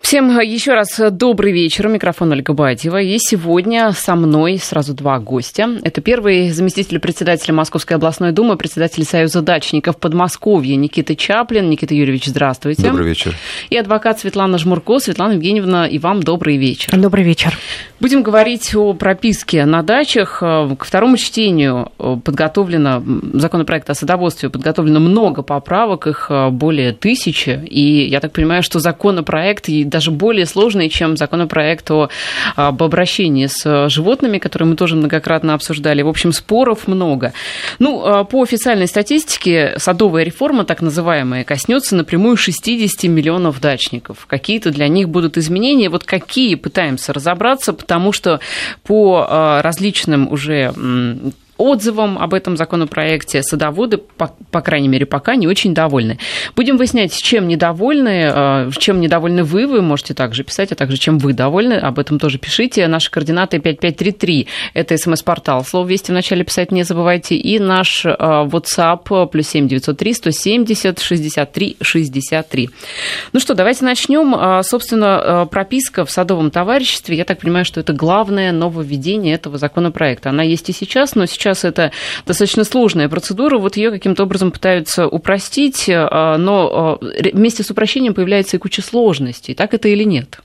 Всем еще раз добрый вечер. Микрофон Ольга Бадьева. И сегодня со мной сразу два гостя. Это первый заместитель председателя Московской областной думы, председатель Союза дачников Подмосковья Никита Чаплин. Никита Юрьевич, здравствуйте. Добрый вечер. И адвокат Светлана Жмурко. Светлана Евгеньевна, и вам добрый вечер. Добрый вечер. Будем говорить о прописке на дачах. К второму чтению подготовлено, законопроект о садоводстве, подготовлено много поправок, их более 1000. И я так понимаю, что законопроект даже более сложный, чем законопроект об обращении с животными, который мы тоже многократно обсуждали. В общем, споров много. По официальной статистике, садовая реформа, так называемая, коснется напрямую 60 миллионов дачников. Какие-то для них будут изменения. Вот какие, пытаемся разобраться, потому что по различным уже отзывам об этом законопроекте садоводы, по крайней мере, пока не очень довольны. Будем выяснять, чем недовольны вы можете также писать, а также чем вы довольны, об этом тоже пишите. Наши координаты 5533, это СМС-портал, слово «Вести» в начале писать не забывайте, и наш WhatsApp +7 903 170 63 63. Ну что, давайте начнем. Собственно, прописка в садовом товариществе, я так понимаю, что это главное нововведение этого законопроекта. Она есть и сейчас, но сейчас это достаточно сложная процедура, вот ее каким-то образом пытаются упростить, но вместе с упрощением появляется и куча сложностей. Так это или нет?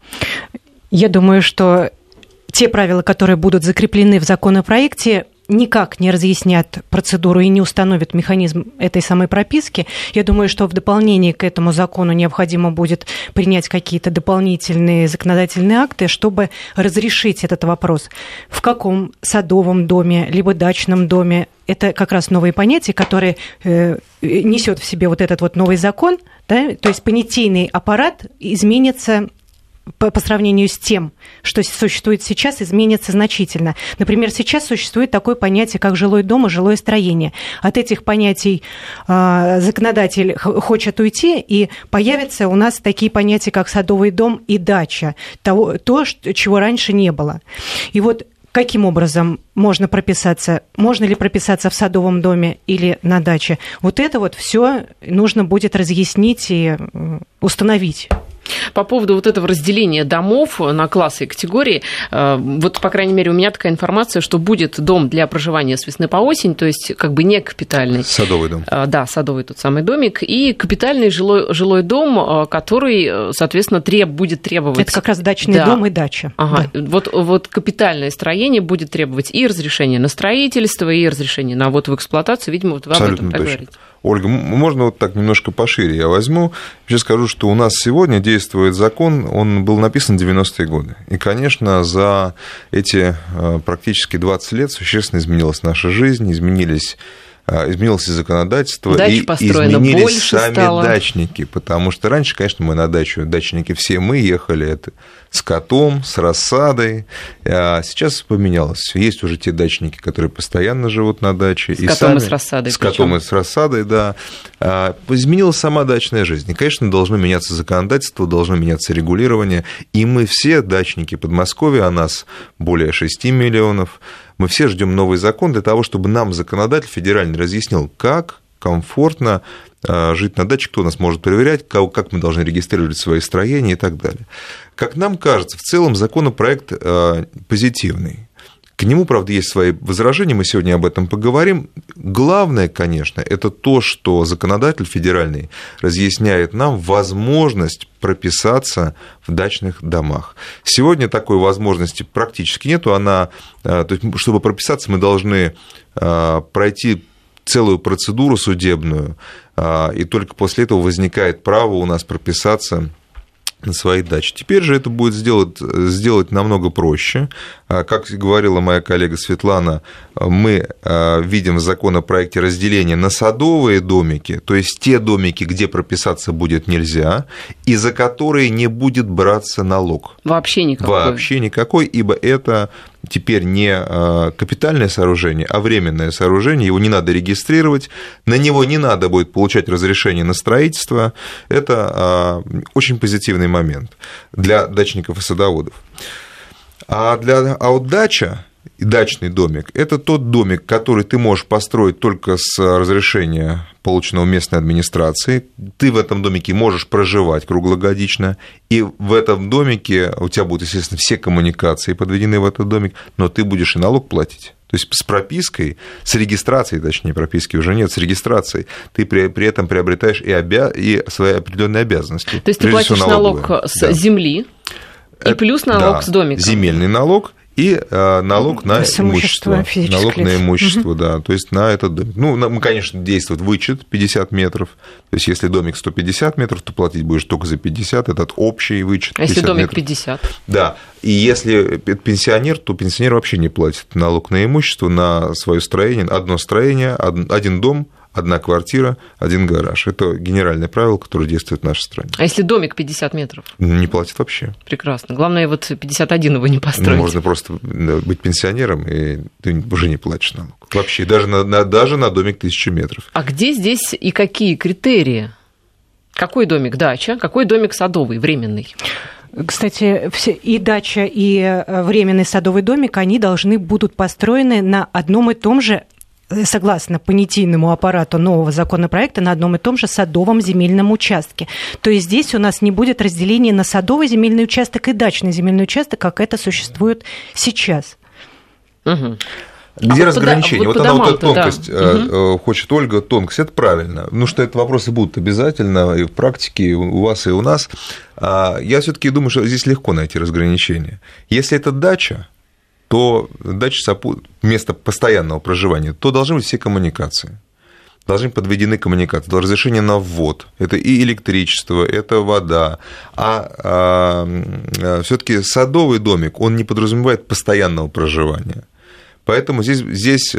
Я думаю, что те правила, которые будут закреплены в законопроекте, никак не разъяснят процедуру и не установят механизм этой самой прописки. Я думаю, что в дополнение к этому закону необходимо будет принять какие-то дополнительные законодательные акты, чтобы разрешить этот вопрос. В каком садовом доме, либо дачном доме, это как раз новые понятия, которые несет в себе вот этот вот новый закон, да? То есть понятийный аппарат изменится по сравнению с тем, что существует сейчас, изменится значительно. Например, сейчас существует такое понятие, как жилой дом и жилое строение. От этих понятий законодатель хочет уйти, и появятся у нас такие понятия, как садовый дом и дача, то, чего раньше не было. И вот каким образом можно прописаться? Можно ли прописаться в садовом доме или на даче? Вот это вот все нужно будет разъяснить и установить. По поводу вот этого разделения домов на классы и категории, вот, по крайней мере, у меня такая информация, что будет дом для проживания с весны по осень, то есть как бы не капитальный. Садовый дом. Да, садовый тот самый домик, и капитальный жилой дом, который, соответственно, будет требовать... Это как раз дачный дом и дача. Ага. Да. Вот капитальное строение будет требовать и разрешения на строительство, и разрешения на ввод в эксплуатацию. Видимо, вот вы об этом так говорите. Ольга, можно вот так немножко пошире я возьму. Сейчас скажу, что у нас сегодня действует закон, он был написан в 90-е годы. И, конечно, за эти практически 20 лет существенно изменилась наша жизнь, изменилось и законодательство, Дач и изменились сами стало. Дачники, потому что раньше, конечно, мы на дачу, дачники все мы ехали это с котом, с рассадой, а сейчас поменялось. Есть уже те дачники, которые постоянно живут на даче. С котом и с рассадой. С котом и с рассадой, да. Изменилась сама дачная жизнь. И, конечно, должно меняться законодательство, должно меняться регулирование, и мы все, дачники Подмосковья, а нас более 6 миллионов, мы все ждем новый закон для того, чтобы нам законодатель федеральный разъяснил, как комфортно жить на даче, кто нас может проверять, как мы должны регистрировать свои строения и так далее. Как нам кажется, в целом законопроект позитивный. К нему, правда, есть свои возражения, мы сегодня об этом поговорим. Главное, конечно, это то, что законодатель федеральный разъясняет нам возможность прописаться в дачных домах. Сегодня такой возможности практически нету. То есть, чтобы прописаться, мы должны пройти целую процедуру судебную, и только после этого возникает право у нас прописаться на своей даче. Теперь же это будет сделать намного проще. Как говорила моя коллега Светлана, мы видим в законопроекте разделение на садовые домики, то есть те домики, где прописаться будет нельзя, и за которые не будет браться налог. Вообще никакой. Вообще никакой, ибо это теперь не капитальное сооружение, а временное сооружение, его не надо регистрировать, на него не надо будет получать разрешение на строительство. Это очень позитивный момент для дачников и садоводов. А вот дача дачный домик – это тот домик, который ты можешь построить только с разрешения, полученного местной администрации. Ты в этом домике можешь проживать круглогодично, и в этом домике у тебя будут, естественно, все коммуникации подведены в этот домик, но ты будешь и налог платить. То есть с пропиской, с регистрацией, точнее, прописки уже нет, с регистрацией ты при этом приобретаешь и свои определенные обязанности. То есть ты платишь налог с земли и плюс налог с домика. Земельный налог и налог на имущество. Налог на имущество, да, то есть на этот домик. Ну, конечно, действует вычет 50 метров. То есть если домик 150 метров, то платить будешь только за 50, этот общий вычет. А если домик метров. 50? Да, и если пенсионер, то пенсионер вообще не платит налог на имущество, на свое строение. Одно строение, один дом, одна квартира, один гараж. Это генеральное правило, которое действует в нашей стране. А если домик 50 метров? Не платит вообще. Прекрасно. Главное, вот 51 его не построить. Можно просто быть пенсионером, и ты уже не платишь налог. Вообще, даже на домик 1000 метров. А где здесь и какие критерии? Какой домик дача, какой домик садовый, временный? Кстати, и дача, и временный садовый домик, они должны будут построены на одном и том же, согласно понятийному аппарату нового законопроекта, на одном и том же садовом земельном участке. То есть здесь у нас не будет разделения на садовый земельный участок и дачный земельный участок, как это существует сейчас. Угу. Где разграничение? Вот она вот эту тонкость хочет Ольга, тонкость, это правильно. Потому что это вопросы будут обязательно и в практике, и у вас, и у нас. Я все-таки думаю, что здесь легко найти разграничение. Если это дача, то дача место постоянного проживания, то должны быть все коммуникации. Должны быть подведены коммуникации, разрешение на ввод, это и электричество, это вода. А все-таки садовый домик, он не подразумевает постоянного проживания. Поэтому здесь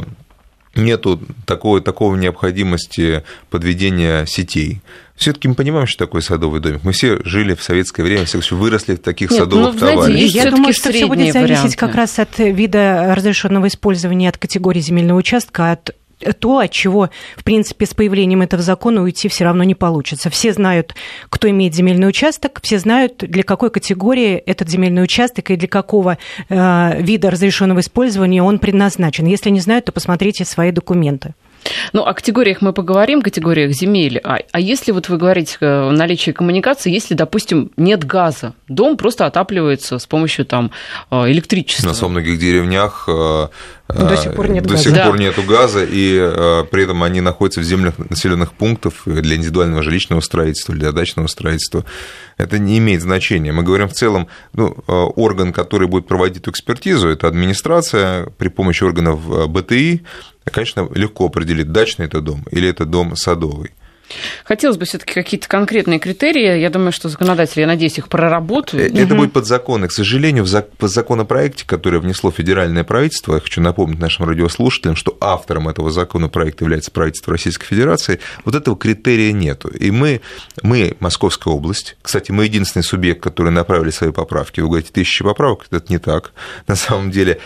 нету такого необходимости подведения сетей. Все-таки мы понимаем, что такое садовый домик. Мы все жили в советское время, все выросли в таких садовых товариществах. Я думаю, что все будет зависеть как раз от вида разрешенного использования, от категории земельного участка, от чего, в принципе, с появлением этого закона уйти все равно не получится. Все знают, кто имеет земельный участок, все знают, для какой категории этот земельный участок и для какого вида разрешенного использования он предназначен. Если не знают, то посмотрите свои документы. Ну, о категориях мы поговорим, категориях земель. А если вот вы говорите о наличии коммуникации, если, допустим, нет газа, дом просто отапливается с помощью там электричества. На многих деревнях до сих пор нет нету газа, и при этом они находятся в землях населенных пунктов для индивидуального жилищного строительства, для дачного строительства. Это не имеет значения. Мы говорим в целом, орган, который будет проводить эту экспертизу, это администрация при помощи органов БТИ, конечно, легко определить, дачный это дом или это дом садовый. Хотелось бы все-таки какие-то конкретные критерии. Я думаю, что законодатели, я надеюсь, их проработают. Это будет подзаконно. К сожалению, в законопроекте, который внесло федеральное правительство, я хочу напомнить нашим радиослушателям, что автором этого законопроекта является правительство Российской Федерации, вот этого критерия нету. И мы, Московская область, кстати, мы единственный субъект, который направили свои поправки. Вы говорите, 1000 поправок, это не так. На самом деле...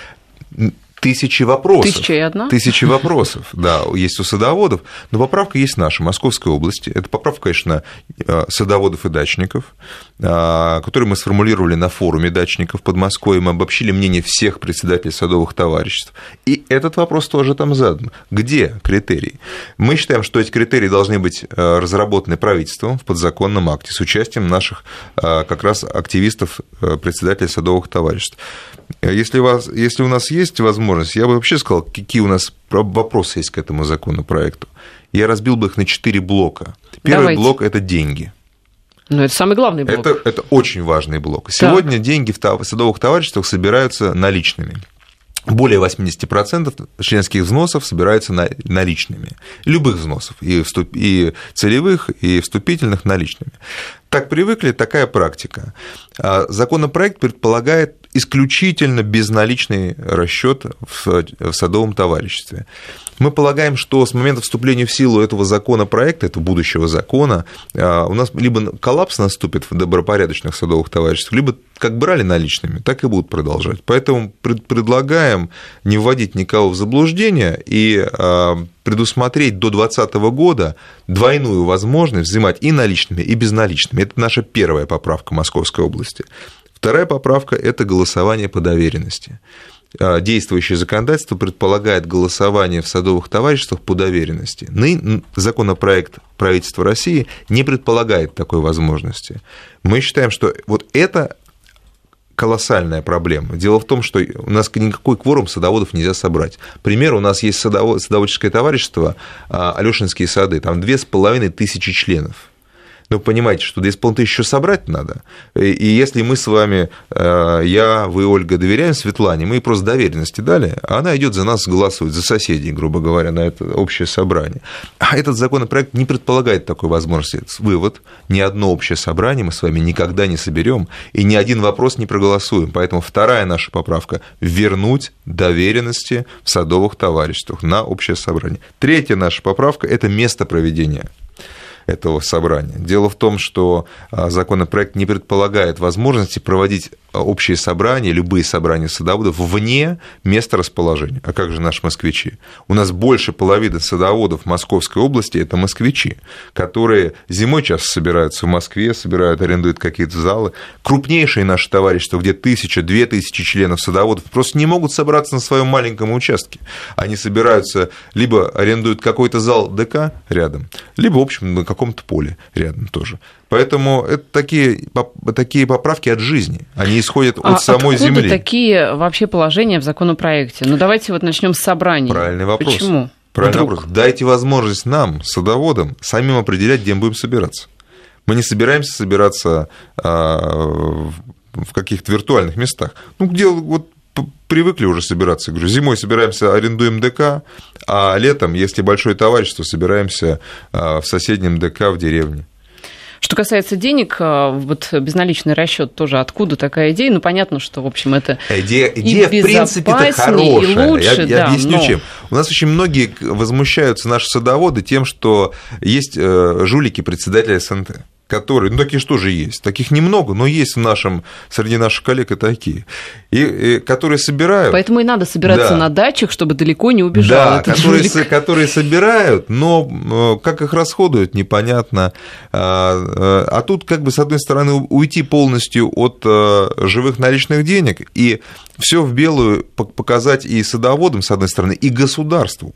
Тысячи вопросов. 1001? Тысячи вопросов, да, есть у садоводов, но поправка есть наша, Московской области. Это поправка, конечно, садоводов и дачников, которую мы сформулировали на форуме дачников Подмосковья, мы обобщили мнение всех председателей садовых товариществ. И этот вопрос тоже там задан. Где критерии? Мы считаем, что эти критерии должны быть разработаны правительством в подзаконном акте с участием наших как раз активистов, председателей садовых товариществ. Если у нас есть возможность, я бы вообще сказал, какие у нас вопросы есть к этому законопроекту. Я разбил бы их на 4 блока. Первый блок – это деньги. Ну, это самый главный блок. Это очень важный блок. Сегодня деньги в садовых товариществах собираются наличными. Более 80% членских взносов собираются наличными. Любых взносов, и целевых, и вступительных наличными. Так привыкли, такая практика. Законопроект предполагает исключительно безналичный расчет в садовом товариществе. Мы полагаем, что с момента вступления в силу этого законопроекта, этого будущего закона, у нас либо коллапс наступит в добропорядочных садовых товариществах, либо как брали наличными, так и будут продолжать. Поэтому предлагаем не вводить никого в заблуждение и предусмотреть до 2020 года двойную возможность взимать и наличными, и безналичными. Это наша первая поправка Московской области. Вторая поправка – это голосование по доверенности. действующее законодательство предполагает голосование в садовых товариществах по доверенности. Законопроект правительства России не предполагает такой возможности. Мы считаем, что вот это колоссальная проблема. Дело в том, что у нас никакой кворум садоводов нельзя собрать. Пример, у нас есть садоводческое товарищество «Алёшинские сады», там 2500 членов. Ну, понимаете, что 2500 еще собрать надо. И если мы с вами, я, вы, Ольга, доверяем Светлане, мы ей просто доверенности дали, а она идет за нас голосует, за соседей, грубо говоря, на это общее собрание. А этот законопроект не предполагает такой возможности. Вывод: ни одно общее собрание мы с вами никогда не соберем, и ни один вопрос не проголосуем. Поэтому вторая наша поправка – вернуть доверенности в садовых товариществах на общее собрание. Третья наша поправка – это место проведения этого собрания. Дело в том, что законопроект не предполагает возможности проводить общие собрания, любые собрания садоводов вне места расположения. А как же наши москвичи? У нас больше половины садоводов Московской области – это москвичи, которые зимой часто собираются в Москве, арендуют какие-то залы. Крупнейшие наши товарищества, где 1000-2000 членов садоводов, просто не могут собраться на своем маленьком участке. Они собираются, либо арендуют какой-то зал ДК рядом, либо, в общем, на каком-то поле рядом тоже. Поэтому это такие поправки от жизни, они исходят от самой земли. Откуда такие вообще положения в законопроекте? Ну, давайте вот начнем с собрания. Правильный вопрос. Почему? Правильный вопрос. Дайте возможность нам, садоводам, самим определять, где мы будем собираться. Мы не собираемся собираться в каких-то виртуальных местах. Ну, где вот привыкли уже собираться. Я говорю, зимой собираемся, арендуем ДК, а летом, если большое товарищество, собираемся в соседнем ДК в деревне. Что касается денег, вот безналичный расчет тоже откуда такая идея? Ну, понятно, что, в общем, это идея в принципе-то хорошая. И лучше, я объясню, чем. У нас очень многие возмущаются, наши садоводы, тем, что есть жулики председателя СНТ. Которые, ну, такие же тоже есть, таких немного, но есть среди наших коллег и такие, и которые собирают. Поэтому и надо собираться на дачах, чтобы далеко не убежал этот жулик. Которые собирают, но как их расходуют, непонятно. А тут, как бы, с одной стороны, уйти полностью от живых наличных денег и все в белую показать и садоводам, с одной стороны, и государству.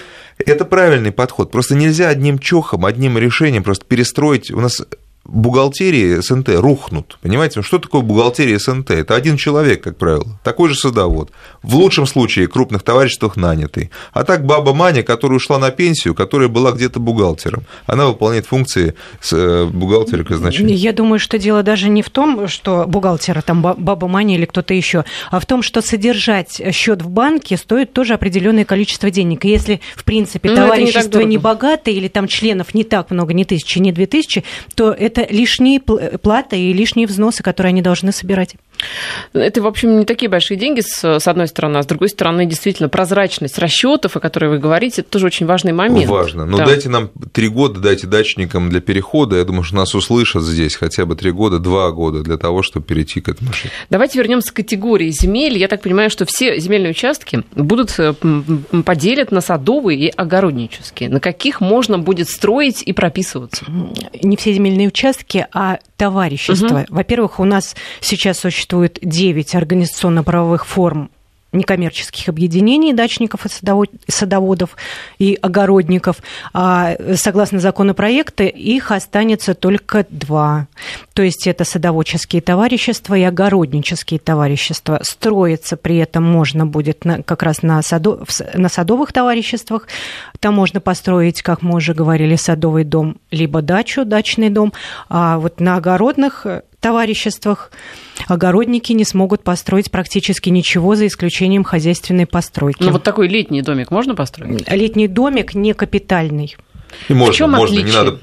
Это правильный подход. Просто нельзя одним чохом, одним решением просто перестроить. У нас бухгалтерии СНТ рухнут. Понимаете? Что такое бухгалтерия СНТ? Это один человек, как правило, такой же садовод. В лучшем случае в крупных товариществах нанятый. А так баба Маня, которая ушла на пенсию, которая была где-то бухгалтером. Она выполняет функции бухгалтера казначея. Я думаю, что дело даже не в том, что бухгалтера, там баба Маня или кто-то еще, а в том, что содержать счет в банке стоит тоже определенное количество денег. И если, в принципе, товарищество не богатое или там членов не так много, ни 1000, ни 2000, то это лишние платы и лишние взносы, которые они должны собирать. Это, в общем, не такие большие деньги, с одной стороны, а с другой стороны, действительно, прозрачность расчетов, о которой вы говорите, это тоже очень важный момент. Важно. Но дайте нам 3 года, дайте дачникам для перехода. Я думаю, что нас услышат здесь хотя бы 3 года, 2 года для того, чтобы перейти к этому шагу. Давайте вернемся к категории земель. Я так понимаю, что все земельные участки будут поделят на садовые и огороднические. На каких можно будет строить и прописываться? Не все земельные участки, а товарищества. Во-первых, у нас сейчас существует 9 организационно-правовых форм некоммерческих объединений дачников и садоводов и огородников. А согласно законопроекту, их останется только 2. То есть это садоводческие товарищества и огороднические товарищества. Строиться при этом можно будет как раз на садовых товариществах. Там можно построить, как мы уже говорили, садовый дом, либо дачу, дачный дом. А вот на огородных товариществах огородники не смогут построить практически ничего, за исключением хозяйственной постройки. Ну, вот такой летний домик можно построить? Летний домик не капитальный. И можно, не надо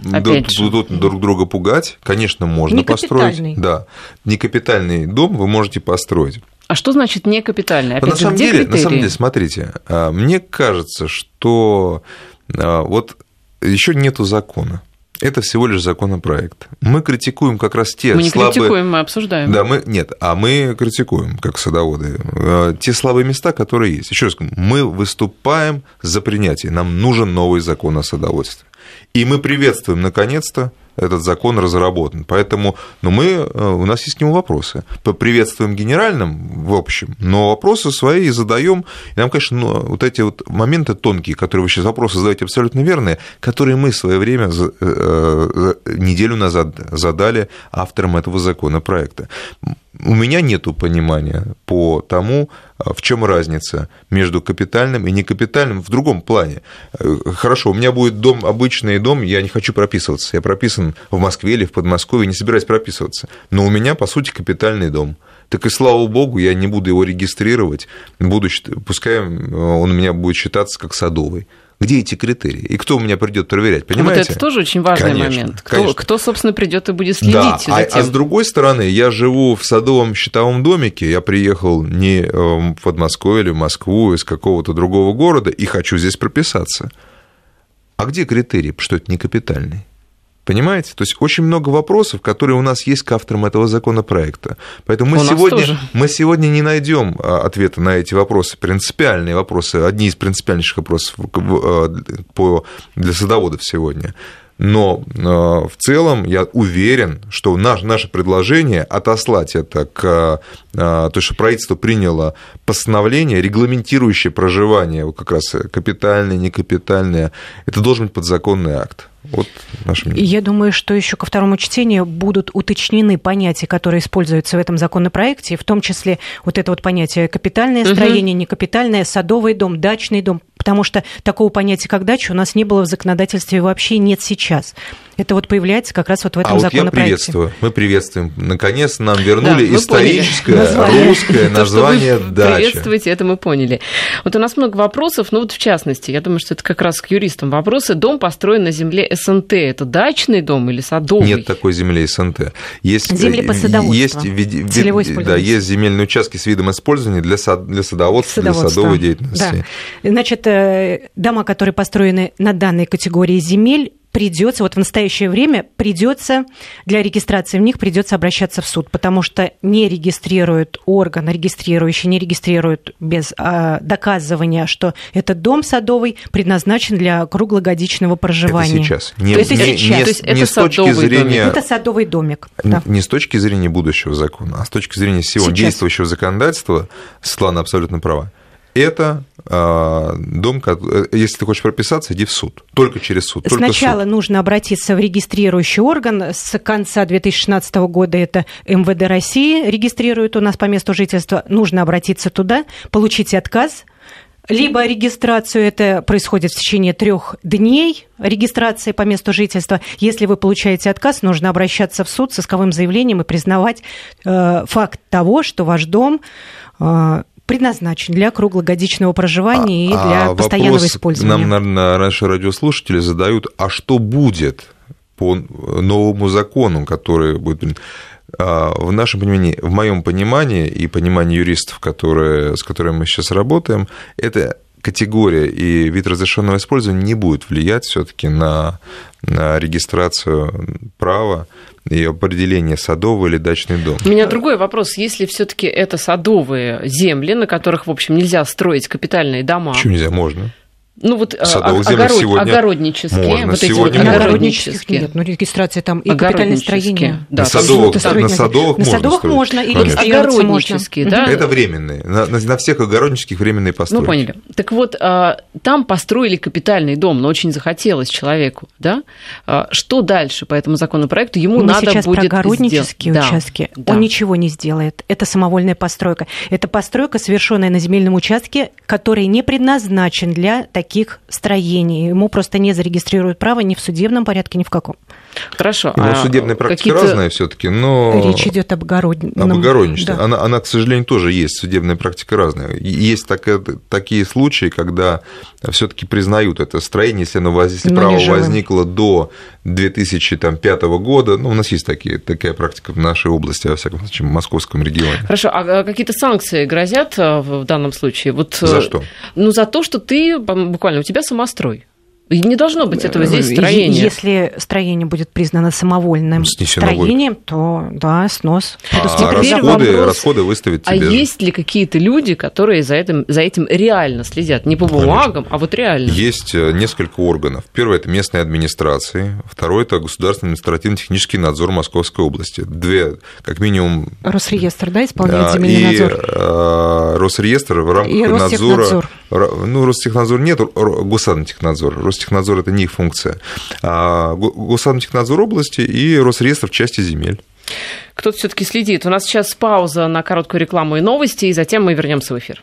друг друга пугать. Конечно, можно построить. Да, некапитальный дом вы можете построить. А что значит некапитальный? Опять на самом деле, смотрите, мне кажется, что вот еще нету закона. Это всего лишь законопроект. Мы критикуем как раз те слабые... Мы не критикуем, мы обсуждаем. Да, мы критикуем, как садоводы, те слабые места, которые есть. Еще раз говорю, мы выступаем за принятие. Нам нужен новый закон о садоводстве. И мы приветствуем, наконец-то, этот закон разработан. Поэтому у нас есть к нему вопросы. Приветствуем генеральным, в общем, но вопросы свои задаем. И нам, конечно, вот эти вот моменты тонкие, которые вы сейчас вопросы задаете абсолютно верные, которые мы в свое время неделю назад задали авторам этого законопроекта. У меня нет понимания по тому, в чем разница между капитальным и некапитальным в другом плане. Хорошо, у меня будет дом, обычный дом, я не хочу прописываться. Я прописан в Москве или в Подмосковье, не собираюсь прописываться. Но у меня, по сути, капитальный дом. Так и слава богу, я не буду его регистрировать, пускай он у меня будет считаться как садовый. Где эти критерии? И кто у меня придет проверять? Понимаете? Вот это тоже очень важный момент. Кто, собственно, придет и будет следить да, за тем. А с другой стороны, я живу в садовом щитовом домике, я приехал не в Подмосковье или в Москву из какого-то другого города и хочу здесь прописаться. А где критерии, что это не капитальный? Понимаете? То есть очень много вопросов, которые у нас есть к авторам этого законопроекта. Поэтому мы сегодня не найдем ответа на эти вопросы, принципиальные вопросы, одни из принципиальнейших вопросов для садоводов сегодня. Но в целом я уверен, что наше предложение отослать это то, что правительство приняло постановление, регламентирующее проживание, как раз капитальное, некапитальное, это должен быть подзаконный акт. Вот наше мнение. Я думаю, что еще ко второму чтению будут уточнены понятия, которые используются в этом законопроекте, в том числе вот это вот понятие капитальное строение, некапитальное, садовый дом, дачный дом, потому что такого понятия, как дача, у нас не было в законодательстве, вообще нет сейчас. Это вот появляется как раз вот в этом законопроекте. Мы приветствуем. Наконец нам вернули историческое русское название дача. Приветствуйте, это мы поняли. Вот у нас много вопросов, но вот в частности, я думаю, что это как раз к юристам вопросы. Дом построен на земле СНТ. Это дачный дом или садовый? Нет такой земли СНТ. Земли по садоводству. Есть земельные участки с видом использования для садоводства, для садовой деятельности. Да. Значит, дома, которые построены на данной категории земель, придется, вот в настоящее время для регистрации в них придется обращаться в суд, потому что не регистрирует орган, регистрирующий, не регистрирует без доказывания, что этот дом садовый предназначен для круглогодичного проживания. Это сейчас. Не с точки зрения... Это садовый домик. Не с точки зрения будущего закона, а с точки зрения сегодня действующего законодательства, Светлана абсолютно права. Это дом, если ты хочешь прописаться, иди в суд. Только через суд. Сначала нужно обратиться в регистрирующий орган. С конца 2016 года это МВД России регистрирует у нас по месту жительства. Нужно обратиться туда, получить отказ. Либо регистрацию, это происходит в течение 3 дней, регистрации по месту жительства. Если вы получаете отказ, нужно обращаться в суд с исковым заявлением и признавать факт того, что ваш дом предназначен для круглогодичного проживания и для постоянного использования. Нам, наверное, раньше радиослушатели задают, а что будет по новому закону, который будет... В нашем понимании, в моем понимании и понимании юристов, с которыми мы сейчас работаем, эта категория и вид разрешенного использования не будет влиять все-таки на регистрацию права и определение садовый или дачный дом. У меня другой вопрос. Если все-таки это садовые земли, на которых, в общем, нельзя строить капитальные дома. Почему нельзя? Можно. Ну вот огороднические, вот эти вот огороднические. Нет, ну регистрация там и капитальное строение. Да, на садовых можно и регистрироваться можно. Да? Это временные. На всех огороднических временные постройки. Ну, поняли. Так вот, там построили капитальный дом, но очень захотелось человеку, да? Что дальше по этому законопроекту ему надо сейчас будет про огороднические участки. Да. Он ничего не сделает. Это самовольная постройка. Это постройка, совершенная на земельном участке, который не предназначен для таких строений. Ему просто не зарегистрируют право ни в судебном порядке, ни в каком. Хорошо. Судебная практика разная все-таки, но... Речь идет об огородничестве. Да. Она, к сожалению, тоже есть, судебная практика разная. Есть такие случаи, когда все-таки признают это строение, если право возникло до 2005 года. Ну, у нас есть такая практика в нашей области, во всяком случае, в московском регионе. Хорошо, а какие-то санкции грозят в данном случае? За что? Ну, за то, что ты, буквально, у тебя самострой. Не должно быть этого здесь строения. Если строение будет признано самовольным строением, то да, снос. Расходы выставить тебе. А есть ли какие-то люди, которые за этим реально следят? Не по бумагам, а вот реально? Есть несколько органов. Первое – это местные администрации. Второе – это государственный административно-технический надзор Московской области. Две, как минимум... Росреестр, да, исполняет земельный надзор? И Росреестр в рамках надзора... Ну, Ростехнадзор нет, Госадминтехнадзор. Ростехнадзор – это не их функция. А Госадминтехнадзор области и Росреестр в части земель. Кто-то все-таки следит. У нас сейчас пауза на короткую рекламу и новости, и затем мы вернемся в эфир.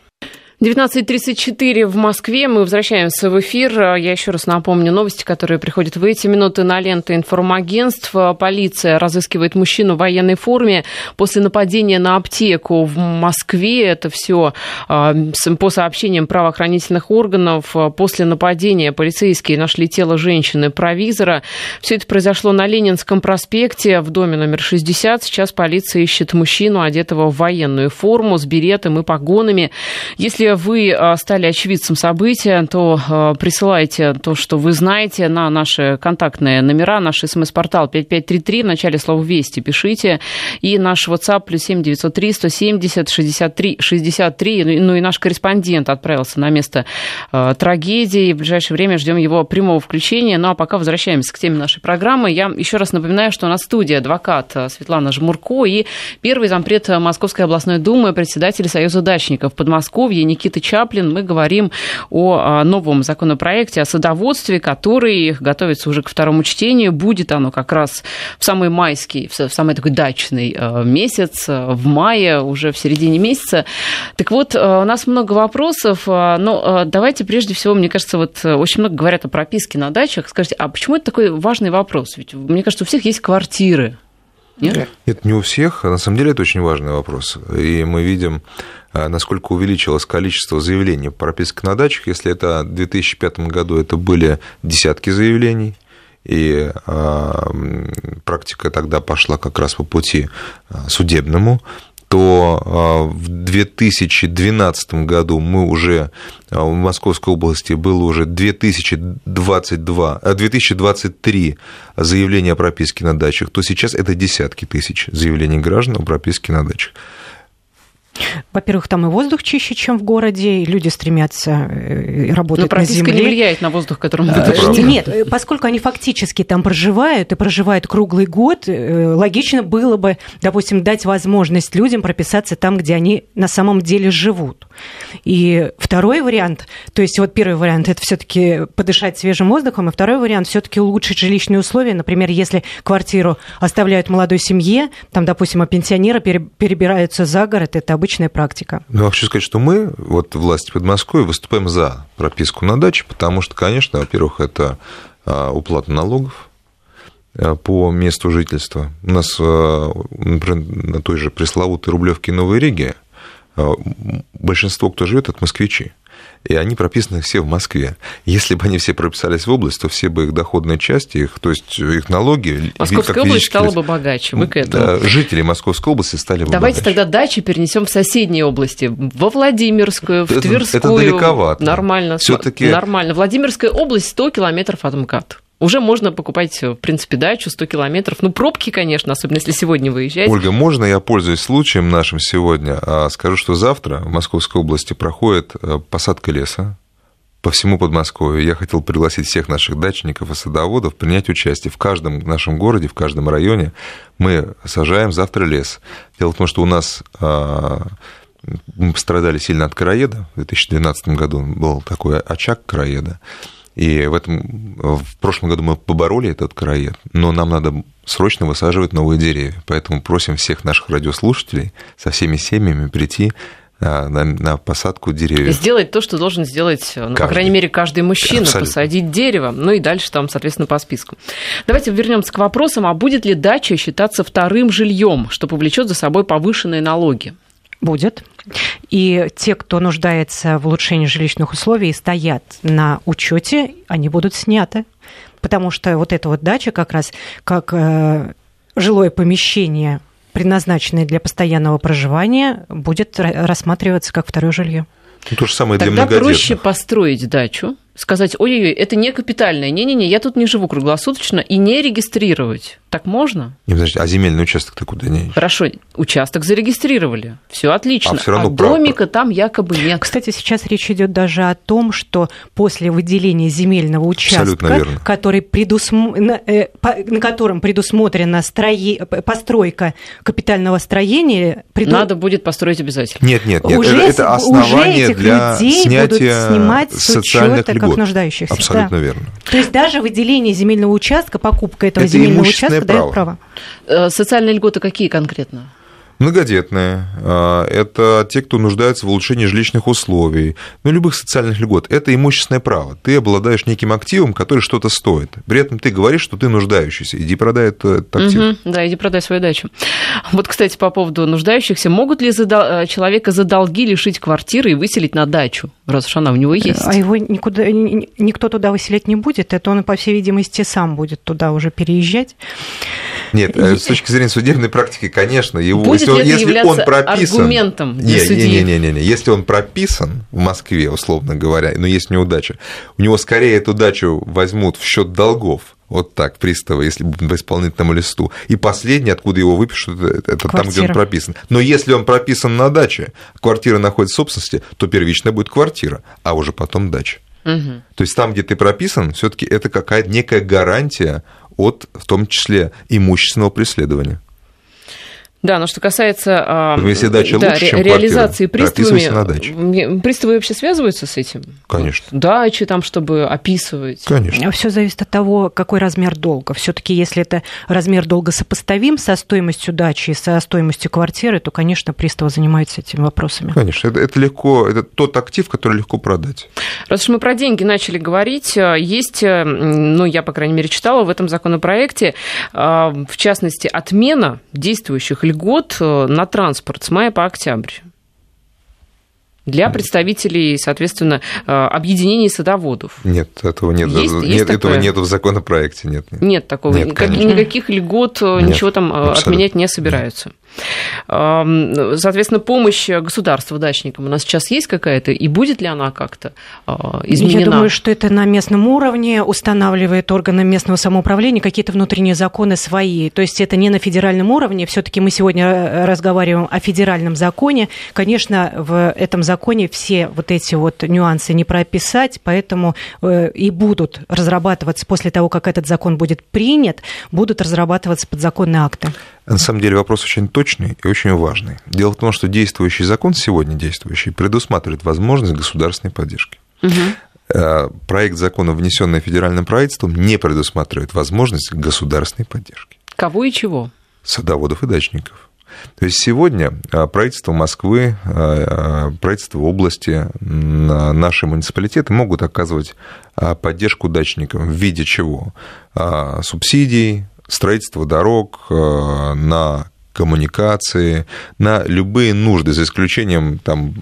19:34 в Москве. Мы возвращаемся в эфир. Я еще раз напомню новости, которые приходят в эти минуты на ленту информагентств. Полиция разыскивает мужчину в военной форме после нападения на аптеку в Москве. Это все по сообщениям правоохранительных органов. После нападения полицейские нашли тело женщины-провизора. Все это произошло на Ленинском проспекте в доме номер 60. Сейчас полиция ищет мужчину, одетого в военную форму с беретом и погонами. Если вы стали очевидцем события, то присылайте то, что вы знаете, на наши контактные номера, наш СМС-портал 5533, в начале слова «Вести» пишите, и наш WhatsApp +7 903 170 63 63, ну и наш корреспондент отправился на место трагедии, в ближайшее время ждем его прямого включения, ну а пока возвращаемся к теме нашей программы. Я еще раз напоминаю, что у нас в студии адвокат Светлана Жмурко и первый зампред Московской областной думы, председатель Союза дачников Подмосковья Никита Чаплин. Мы говорим о новом законопроекте о садоводстве, который готовится уже к второму чтению. Будет оно как раз в самый майский, в самый такой дачный месяц, в мае, уже в середине месяца. Так вот, у нас много вопросов, но давайте прежде всего, мне кажется, вот очень много говорят о прописке на дачах. Скажите, а почему это такой важный вопрос? Ведь, мне кажется, у всех есть квартиры. Нет? Нет, не у всех. На самом деле это очень важный вопрос. И мы видим, насколько увеличилось количество заявлений по прописке на дачах. Если это в 2005 году это были десятки заявлений, и практика тогда пошла как раз по пути судебному, то в 2012 году мы уже в Московской области было уже 2023 заявления о прописке на дачах, то сейчас это десятки тысяч заявлений граждан о прописке на дачах. Во-первых, там и воздух чище, чем в городе, и люди стремятся работать на земле. Но прописка не влияет на воздух, которым вы дышите. Нет, поскольку они фактически там проживают, и проживают круглый год, логично было бы, допустим, дать возможность людям прописаться там, где они на самом деле живут. И второй вариант, то есть вот первый вариант – это все-таки подышать свежим воздухом, и второй вариант – все-таки улучшить жилищные условия. Например, если квартиру оставляют молодой семье, там, допустим, а пенсионеры перебираются за город, это обычная практика. Ну, я хочу сказать, что мы, вот власти Подмосковья, выступаем за прописку на даче, потому что, конечно, во-первых, это уплата налогов по месту жительства. У нас, например, на той же пресловутой Рублевке и Новой Риге большинство, кто живет, это москвичи. И они прописаны все в Москве. Если бы они все прописались в область, то все бы их доходные части, то есть их налоги... Московская область стала бы богаче. Вы к этому. Да, жители Московской области стали бы Давайте богаче. Тогда дачи перенесем в соседние области. Во Владимирскую, в Тверскую. Это далековато. Нормально. Нормально. Владимирская область 100 километров от МКАД. Уже можно покупать, в принципе, дачу 100 километров. Ну, пробки, конечно, особенно если сегодня выезжать. Ольга, можно я, пользуясь случаем нашим сегодня, скажу, что завтра в Московской области проходит посадка леса по всему Подмосковью. Я хотел пригласить всех наших дачников и садоводов принять участие. В каждом нашем городе, в каждом районе мы сажаем завтра лес. Дело в том, что у нас... Мы пострадали сильно от короеда. В 2012 году был такой очаг короеда. И в прошлом году мы побороли этот короед, но нам надо срочно высаживать новые деревья. Поэтому просим всех наших радиослушателей со всеми семьями прийти на посадку деревьев. Сделать то, что должен сделать, по крайней мере, каждый мужчина, абсолютно. Посадить дерево, ну и дальше там, соответственно, по списку. Давайте вернемся к вопросам, а будет ли дача считаться вторым жильем, что повлечет за собой повышенные налоги? Будет. И те, кто нуждается в улучшении жилищных условий и стоят на учете, они будут сняты. Потому что вот эта вот дача как раз как жилое помещение, предназначенное для постоянного проживания, будет рассматриваться как второе жилье. Ну, то же самое для многодетных. Тогда проще построить дачу сказать: ой-ой-ой, это не капитальное, не-не-не, я тут не живу круглосуточно, и не регистрировать. Так можно? Не, подожди, а земельный участок-то куда не? Хорошо, участок зарегистрировали, все отлично, всё равно домика там якобы нет. Кстати, сейчас речь идет даже о том, что после выделения земельного участка, который на котором предусмотрена постройка капитального строения... Надо будет построить обязательно. Нет, это основание для снятия социальных льгот. Как нуждающихся. Абсолютно верно. То есть даже выделение земельного участка, покупка этого земельного участка дает право. Социальные льготы какие конкретно? Многодетные, это те, кто нуждается в улучшении жилищных условий, любых социальных льгот. Это имущественное право. Ты обладаешь неким активом, который что-то стоит. При этом ты говоришь, что ты нуждающийся. Иди продай этот актив. Да, иди продай свою дачу. Вот, кстати, по поводу нуждающихся. Могут ли человека за долги лишить квартиры и выселить на дачу, раз уж она у него есть? А его никто туда выселять не будет. Это он, по всей видимости, сам будет туда уже переезжать. Нет, с точки зрения судебной практики, конечно, если он прописан, аргументом для судьи? Не. Если он прописан в Москве, условно говоря, но есть неудача, у него скорее эту дачу возьмут в счет долгов. Вот так, приставы, если по исполнительному листу. И последний, откуда его выпишут, это там, где он прописан. Но если он прописан на даче, квартира находится в собственности, то первичная будет квартира, а уже потом дача. Угу. То есть там, где ты прописан, все-таки это какая-то некая гарантия от, в том числе, имущественного преследования. Да, но что касается если дача лучше, чем реализации приставами, приставы вообще связываются с этим? Конечно. Дачи там, чтобы описывать? Конечно. Все зависит от того, какой размер долга. Все-таки, если это размер долга сопоставим со стоимостью дачи и со стоимостью квартиры, то, конечно, приставы занимаются этими вопросами. Конечно, это легко, это тот актив, который легко продать. Раз уж мы про деньги начали говорить, есть, я, по крайней мере, читала в этом законопроекте, в частности, отмена действующих льгот на транспорт с мая по октябрь для представителей, соответственно, объединений садоводов. Нет, этого нет. Этого нет в законопроекте. Нет такого. Никаких льгот, ничего там отменять не собираются. Соответственно, помощь государства дачникам у нас сейчас есть какая-то, и будет ли она как-то изменена? Я думаю, что это на местном уровне устанавливает органы местного самоуправления какие-то внутренние законы свои. То есть это не на федеральном уровне. Все-таки мы сегодня разговариваем о федеральном законе. Конечно, в этом законе все вот эти вот нюансы не прописать, поэтому и будут разрабатываться после того, как этот закон будет принят, будут разрабатываться подзаконные акты. На самом деле вопрос очень точный и очень важный. Дело в том, что действующий закон, сегодня действующий, предусматривает возможность государственной поддержки. Угу. Проект закона, внесенный федеральным правительством, не предусматривает возможность государственной поддержки. Кого и чего? Садоводов и дачников. То есть сегодня правительство Москвы, правительство области, наши муниципалитеты могут оказывать поддержку дачникам в виде чего? Субсидий, строительство дорог, на коммуникации, на любые нужды, за исключением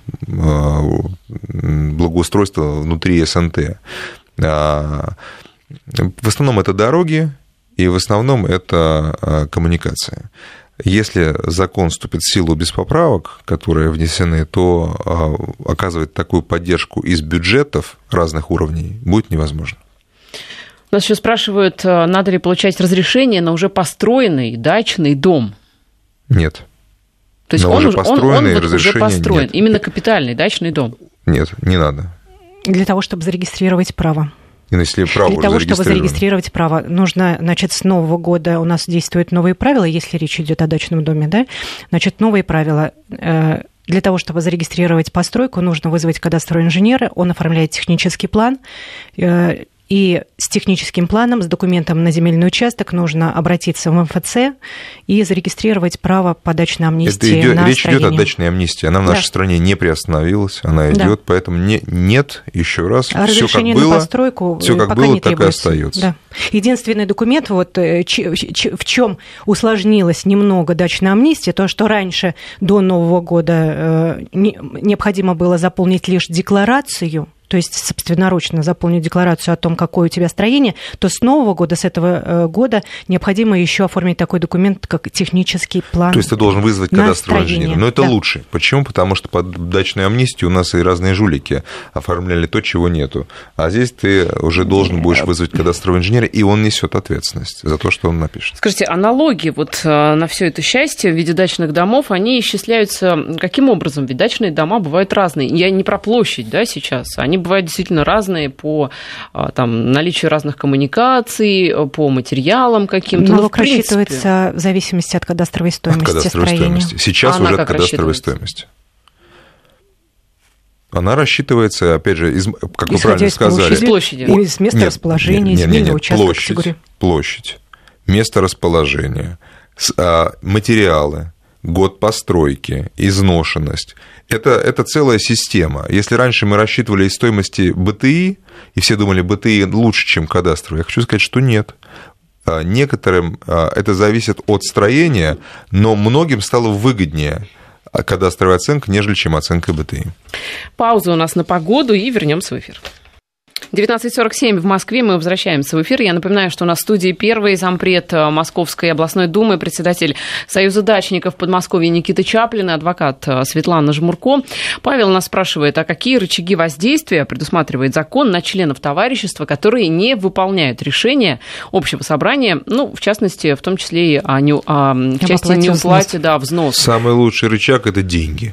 благоустройства внутри СНТ. В основном это дороги, и в основном это коммуникация. Если закон вступит в силу без поправок, которые внесены, то оказывать такую поддержку из бюджетов разных уровней будет невозможно. Нас еще спрашивают, надо ли получать разрешение на уже построенный дачный дом. Нет. То есть он уже построен, нет. Именно капитальный дачный дом. Нет, не надо. Для того, чтобы зарегистрировать право. Для того, чтобы зарегистрировать право, нужно, значит, с нового года у нас действуют новые правила, если речь идет о дачном доме, да? Значит, новые правила. Для того, чтобы зарегистрировать постройку, нужно вызвать кадастрового инженера, он оформляет технический план, и с техническим планом, с документом на земельный участок нужно обратиться в МФЦ и зарегистрировать право по дачной амнистии на речь строение. Идет о дачной амнистии. Она в нашей стране не приостановилась, она идет, поэтому нет, еще раз, разрешение на постройку все как пока было, не так и требуется. остается. Да. Единственный документ, в чем усложнилась немного дачная амнистия, то, что раньше до Нового года необходимо было заполнить лишь декларацию то есть собственноручно заполнить декларацию о том, какое у тебя строение, то с нового года, с этого года необходимо еще оформить такой документ, как технический план. То есть ты должен вызвать кадастрового инженера. Но это лучше. Почему? Потому что под дачной амнистией у нас и разные жулики оформляли то, чего нету. А здесь ты уже должен будешь вызвать кадастрового инженера, и он несет ответственность за то, что он напишет. Скажите, а налоги вот на все это счастье в виде дачных домов, они исчисляются каким образом? Ведь дачные дома бывают разные. Я не про площадь, да, сейчас. Они бывают действительно разные по там, наличию разных коммуникаций, по материалам каким-то. Налог рассчитывается в зависимости от кадастровой стоимости строения. От кадастровой стоимости. Сейчас уже от кадастровой стоимости. Она рассчитывается, опять же, как вы правильно сказали, из площади. Из места расположения, земельного участка категории. Площадь, место расположения, материалы, год постройки, изношенность. Это целая система. Если раньше мы рассчитывали из стоимости БТИ, и все думали, БТИ лучше, чем кадастровый, я хочу сказать, что нет. Некоторым это зависит от строения, но многим стало выгоднее кадастровая оценка, нежели чем оценка БТИ. Пауза у нас на погоду, и вернемся в эфир. 19:47 в Москве, мы возвращаемся в эфир. Я напоминаю, что у нас в студии первый зампред Московской областной думы, председатель Союза дачников Подмосковья Никита Чаплин и адвокат Светлана Жмурко. Павел нас спрашивает, а какие рычаги воздействия предусматривает закон на членов товарищества, которые не выполняют решения общего собрания, ну, в частности, в том числе и в части неуплате взнос. Самый лучший рычаг – это деньги.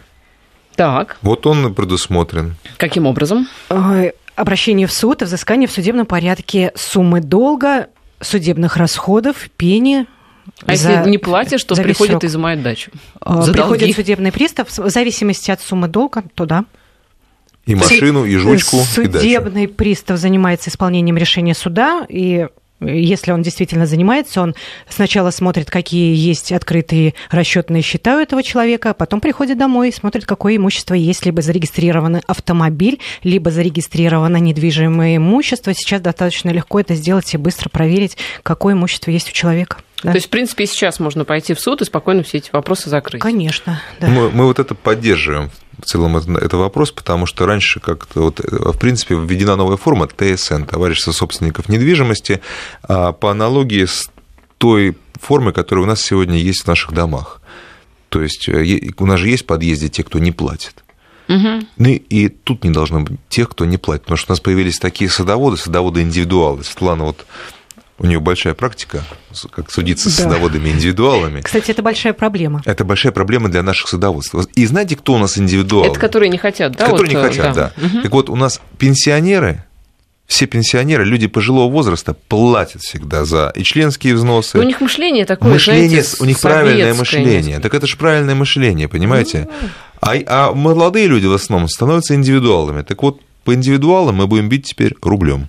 Так. Вот он и предусмотрен. Каким образом? Обращение в суд и взыскание в судебном порядке суммы долга, судебных расходов, пени. А если не платишь, то приходят и изымают дачу? Приходит судебный пристав, в зависимости от суммы долга, то да. И машину, и жучку, и дачу. Судебный пристав занимается исполнением решения суда, и если он действительно занимается, он сначала смотрит, какие есть открытые расчетные счета у этого человека, а потом приходит домой и смотрит, какое имущество есть, либо зарегистрирован автомобиль, либо зарегистрировано недвижимое имущество. Сейчас достаточно легко это сделать и быстро проверить, какое имущество есть у человека. Да? То есть, в принципе, сейчас можно пойти в суд и спокойно все эти вопросы закрыть. Конечно, да. Мы вот это поддерживаем. В целом это вопрос, потому что раньше как-то, в принципе, введена новая форма ТСН, товарищество собственников недвижимости, по аналогии с той формой, которая у нас сегодня есть в наших домах. То есть у нас же есть в подъезде те, кто не платит. Угу. Ну и тут не должно быть тех, кто не платит, потому что у нас появились такие садоводы-индивидуалы. Светлана, у нее большая практика, как судиться с садоводами-индивидуалами. Кстати, это большая проблема. Это большая проблема для наших садоводств. И знаете, кто у нас индивидуалы? Это которые не хотят, да? Которые не хотят, да. Угу. Так вот, у нас пенсионеры, все пенсионеры, люди пожилого возраста платят всегда за и членские взносы. Но у них мышление такое, знаете, у них правильное мышление. Так это же правильное мышление, понимаете? А молодые люди в основном становятся индивидуалами. Так вот, по индивидуалам мы будем бить теперь рублем.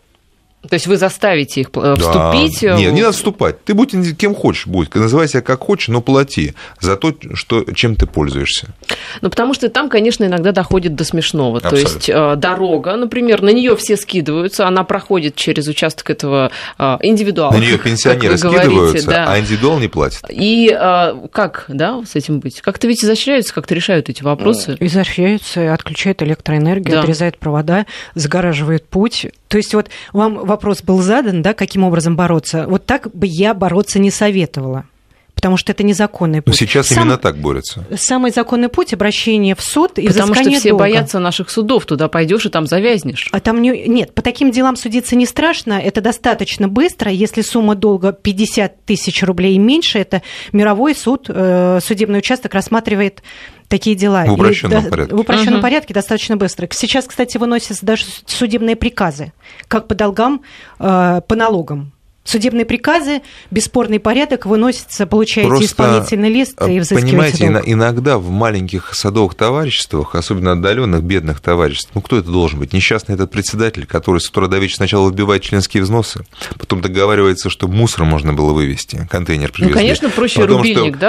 То есть вы заставите их вступить? Да. Нет, не надо вступать. Ты будь кем хочешь, будь. Называй себя как хочешь, но плати за то, чем ты пользуешься. Ну, потому что там, конечно, иногда доходит до смешного. Абсолютно. То есть дорога, например, на нее все скидываются, она проходит через участок этого индивидуала. На нее пенсионеры скидываются, а индивидуал не платит. И как, с этим быть? Как-то ведь изощряются, как-то решают эти вопросы. Изощряются, отключают электроэнергию, отрезают провода, загораживают путь. То есть вот вам вопрос был задан, каким образом бороться. Вот так бы я бороться не советовала, потому что это незаконный путь. Но сейчас именно так борются. Самый законный путь – обращение в суд и взыскание долга. Потому что все боятся наших судов, туда пойдешь и там завязнешь. А там нет, по таким делам судиться не страшно, это достаточно быстро. Если сумма долга 50 тысяч рублей и меньше, это мировой суд, судебный участок рассматривает такие дела. В упрощенном порядке. В упрощенном порядке достаточно быстро. Сейчас, кстати, выносятся даже судебные приказы, как по долгам, по налогам. Судебные приказы, бесспорный порядок выносится, получаете просто исполнительный лист и взыскиваете долг. Понимаете, иногда в маленьких садовых товариществах, особенно отдаленных, бедных товариществ, кто это должен быть? Несчастный этот председатель, который с утра до вечера сначала выбивает членские взносы, потом договаривается, чтобы мусор можно было вывести, контейнер привезли. Ну, конечно, проще потом, рубильник,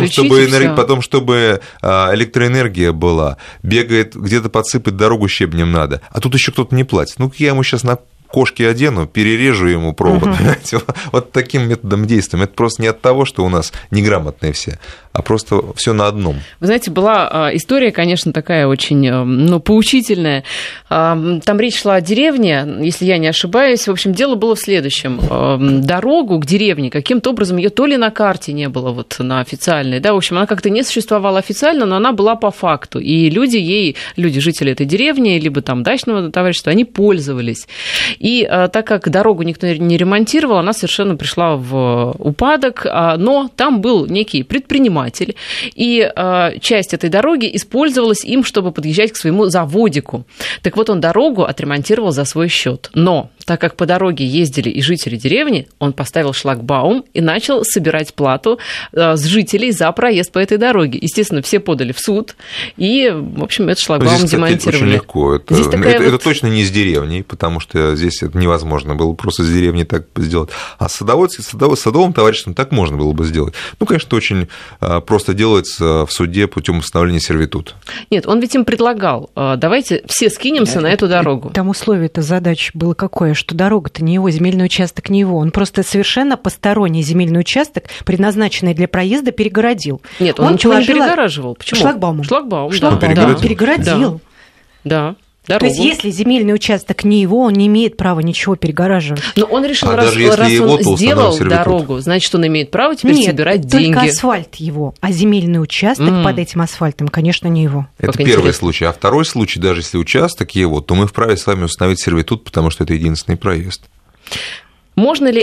потом, чтобы электроэнергия была, бегает, где-то подсыпать дорогу щебнем надо, а тут еще кто-то не платит. Ну, я ему сейчас кошке одену, перережу ему провод. Понимаете? Вот таким методом действия. Это просто не от того, что у нас неграмотные все, а просто все на одном. Вы знаете, была история, конечно, такая очень поучительная. Там речь шла о деревне, если я не ошибаюсь. В общем, дело было в следующем. Дорогу к деревне каким-то образом ее то ли на карте не было вот на официальной, да, в общем, она как-то не существовала официально, но она была по факту. И люди, жители этой деревни, либо там дачного товарищества, они пользовались. И так как дорогу никто не ремонтировал, она совершенно пришла в упадок, но там был некий предприниматель, и часть этой дороги использовалась им, чтобы подъезжать к своему заводику. Так вот, он дорогу отремонтировал за свой счет. Но так как по дороге ездили и жители деревни, он поставил шлагбаум и начал собирать плату с жителей за проезд по этой дороге. Естественно, все подали в суд, и, в общем, этот шлагбаум здесь, кстати, демонтировали. Очень легко. Это точно не с деревней, потому что здесь это невозможно было просто с деревней так сделать. А с садовым товариществом так можно было бы сделать. Ну, конечно, очень просто делается в суде путем установления сервитута. Нет, он ведь им предлагал, давайте все скинемся на эту дорогу. Там условие-то задач было какое, что дорога-то не его, земельный участок не его. Он просто совершенно посторонний земельный участок, предназначенный для проезда, перегородил. Нет, он ничего не перегораживал. Почему? Шлагбаумом. Шлагбаум, да. Перегородил. Да. Дорогу. То есть, если земельный участок не его, он не имеет права ничего перегораживать. Но он решил, раз он сделал дорогу, значит, он имеет право теперь собирать деньги. Только асфальт его, а земельный участок под этим асфальтом, конечно, не его. Это первый случай. А второй случай, даже если участок его, то мы вправе с вами установить сервитут, потому что это единственный проезд. Можно ли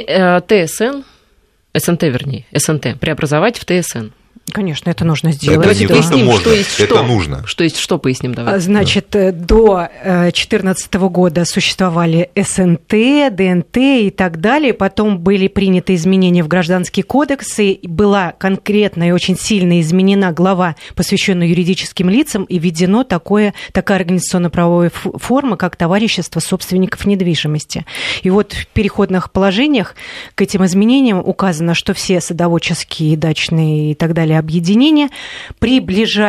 СНТ преобразовать в ТСН? Конечно, это нужно сделать. Это не то, что можно, это нужно. Что есть что, поясним, давайте. Значит, до 2014 года существовали СНТ, ДНТ и так далее. Потом были приняты изменения в Гражданский кодекс, и была конкретно и очень сильно изменена глава, посвященная юридическим лицам, и введена такая организационно-правовая форма, как товарищество собственников недвижимости. И вот в переходных положениях к этим изменениям указано, что все садоводческие, дачные и так далее объединения при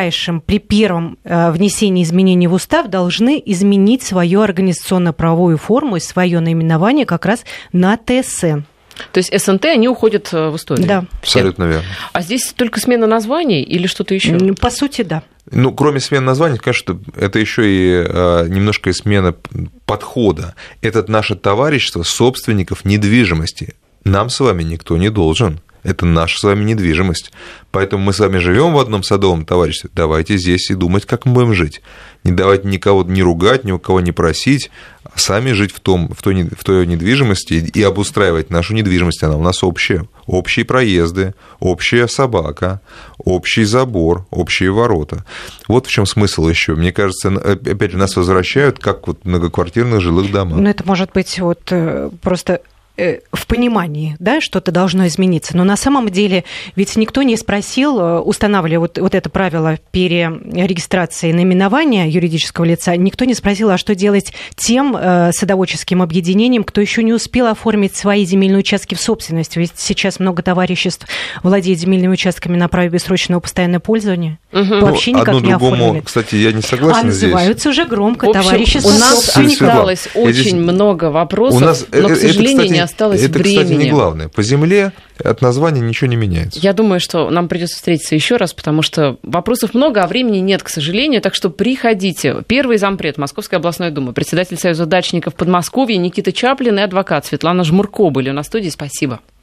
первом внесении изменений в устав должны изменить свою организационно-правовую форму и свое наименование как раз на ТСН. То есть СНТ, они уходят в историю? Да. Абсолютно верно. А здесь только смена названий или что-то еще? По сути, да. Ну, кроме смены названий, конечно, это еще и немножко и смена подхода. Это наше товарищество собственников недвижимости. Нам с вами никто не должен. Это наша с вами недвижимость. Поэтому мы с вами живем в одном садовом товариществе. Давайте здесь и думать, как мы будем жить. Не давайте никого не ругать, ни у кого не просить, а сами жить в той недвижимости и обустраивать нашу недвижимость. Она у нас общая. Общие проезды, общая собака, общий забор, общие ворота. Вот в чем смысл еще. Мне кажется, опять же, нас возвращают как вот в многоквартирных жилых домах. Ну, это может быть вот просто в понимании, да, что-то должно измениться. Но на самом деле ведь никто не спросил, устанавливая вот это правило перерегистрации наименования юридического лица, никто не спросил, а что делать тем садоводческим объединениям, кто еще не успел оформить свои земельные участки в собственность. Ведь сейчас много товариществ владеет земельными участками на праве бессрочного постоянного пользования. Вообще никак не оформлены. Кстати, я не согласен здесь. Называются уже громко товарищества собственников. У нас осталось очень много вопросов, но, к сожалению, не осталось времени. Это, кстати, не главное. По земле от названия ничего не меняется. Я думаю, что нам придется встретиться еще раз, потому что вопросов много, а времени нет, к сожалению. Так что приходите. Первый зампред Московской областной думы, председатель Союза дачников Подмосковья Никита Чаплин и адвокат Светлана Жмурко были у нас в студии. Спасибо.